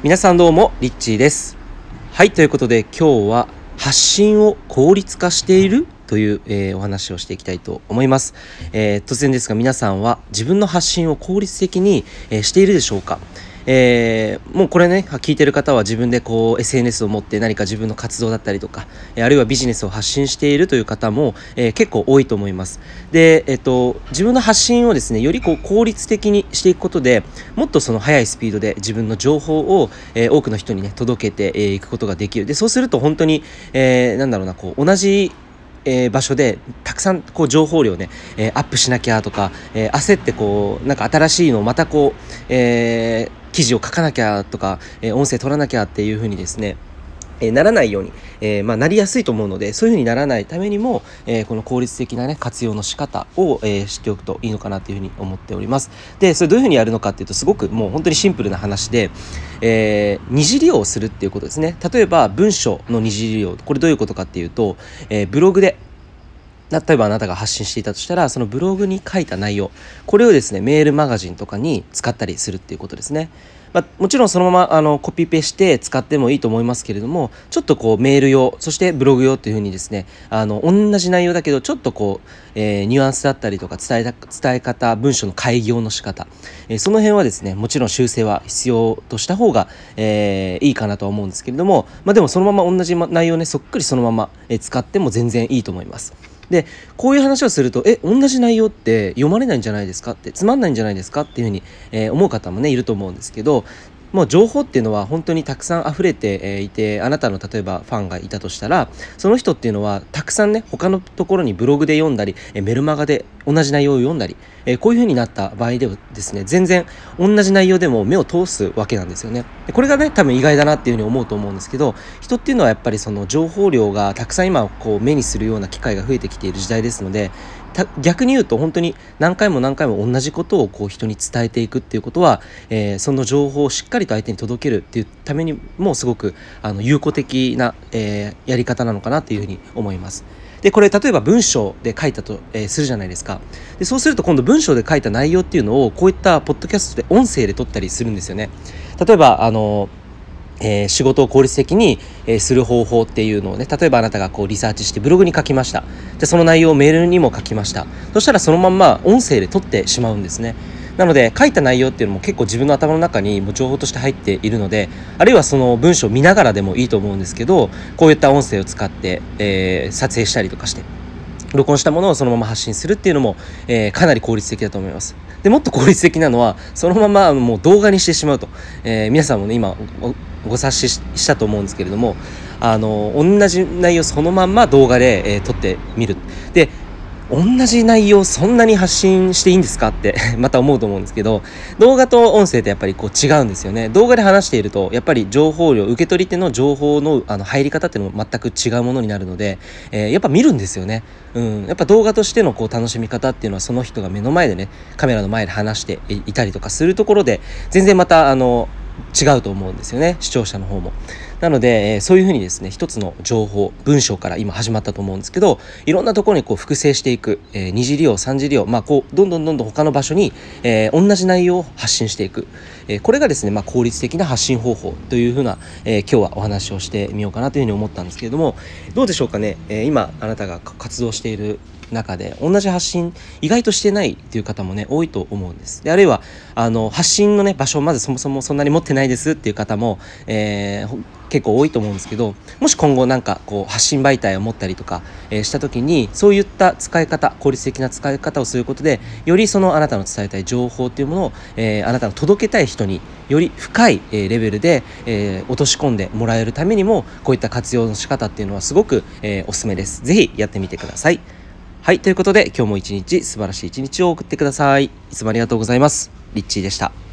皆さんどうもリッチーです。はい、ということで今日は発信を効率化しているという、お話をしていきたいと思います。突然ですが皆さんは自分の発信を効率的に、しているでしょうか？もうこれね聞いてる方は自分でSNS を持って何か自分の活動だったりとか、あるいはビジネスを発信しているという方も、結構多いと思います。で、自分の発信をですねより効率的にしていくことでもっとその速いスピードで自分の情報を、多くの人にね届けていくことができる。でそうすると本当に、同じ場所でたくさん情報量ね、アップしなきゃとか、焦ってなんか新しいのをまた記事を書かなきゃとか、音声取らなきゃっていう風にですね、ならないように、なりやすいと思うので、そういう風にならないためにも、この効率的なね活用の仕方を、知っておくといいのかなという風に思っております。でそれどういう風にやるのかっていうとすごくもう本当にシンプルな話で、二次利用をするっていうことですね。例えば文章の二次利用、これどういうことかっていうと、ブログで例えばあなたが発信していたとしたらそのブログに書いた内容、これをですねメールマガジンとかに使ったりするっていうことですね。もちろんそのままコピペして使ってもいいと思いますけれども、ちょっとメール用そしてブログ用というふうにですね同じ内容だけどちょっとニュアンスだったりとか伝え方、文章の改行の仕方、その辺はですねもちろん修正は必要とした方が、いいかなとは思うんですけれども、でもそのまま同じ内容ねそっくりそのまま、使っても全然いいと思います。でこういう話をすると同じ内容って読まれないんじゃないですかって、つまんないんじゃないですかっていうふうに、思う方もねいると思うんですけど、もう情報っていうのは本当にたくさん溢れていて、あなたの例えばファンがいたとしたらその人っていうのはたくさんね他のところにブログで読んだりメルマガで同じ内容を読んだり、こういう風になった場合ではですね全然同じ内容でも目を通すわけなんですよね。でこれがね多分意外だなっていう風に思うと思うんですけど、人っていうのはやっぱりその情報量がたくさん今目にするような機会が増えてきている時代ですので、逆に言うと本当に何回も何回も同じことを人に伝えていくっていうことは、その情報をしっかりと相手に届けるっていうためにもすごく有効的な、やり方なのかなというふうに思います。でこれ例えば文章で書いたと、するじゃないですか。でそうすると今度文章で書いた内容っていうのをこういったポッドキャストで音声で撮ったりするんですよね。例えば仕事を効率的にする方法っていうのをね、例えばあなたがリサーチしてブログに書きました。でその内容をメールにも書きました。そしたらそのまんま音声で取ってしまうんですね。なので書いた内容っていうのも結構自分の頭の中にも情報として入っているので、あるいはその文章を見ながらでもいいと思うんですけど、こういった音声を使って、撮影したりとかして録音したものをそのまま発信するっていうのも、かなり効率的だと思います。でもっと効率的なのはそのままもう動画にしてしまうと、皆さんもね今ご察ししたと思うんですけれども、同じ内容そのまんま動画で、撮ってみる。で同じ内容そんなに発信していいんですかってまた思うと思うんですけど、動画と音声ってやっぱり違うんですよね。動画で話しているとやっぱり情報量、受け取り手の情報の入り方っていうのも全く違うものになるので、やっぱ見るんですよね。やっぱ動画としての楽しみ方っていうのはその人が目の前でねカメラの前で話していたりとかするところで全然また違うと思うんですよね、視聴者の方も。なので、そういうふうにですね一つの情報、文章から今始まったと思うんですけど、いろんなところに複製していく、二次利用三次利用、どんどん他の場所に、同じ内容を発信していく、これがですね、効率的な発信方法というふうな、今日はお話をしてみようかなというふうに思ったんですけれども、どうでしょうかね。今あなたが活動している中で同じ発信意外としてないっていう方もね多いと思うんです。であるいは発信のね場所をまずそもそもそんなに持ってないですっていう方も、結構多いと思うんですけど、もし今後なんか発信媒体を持ったりとか、した時にそういった使い方、効率的な使い方をすることでよりそのあなたの伝えたい情報っていうものを、あなたの届けたい人により深い、レベルで、落とし込んでもらえるためにもこういった活用の仕方っていうのはすごく、おすすめです。ぜひやってみてください。はい、ということで今日も一日素晴らしい一日を送ってください。いつもありがとうございます。リッチーでした。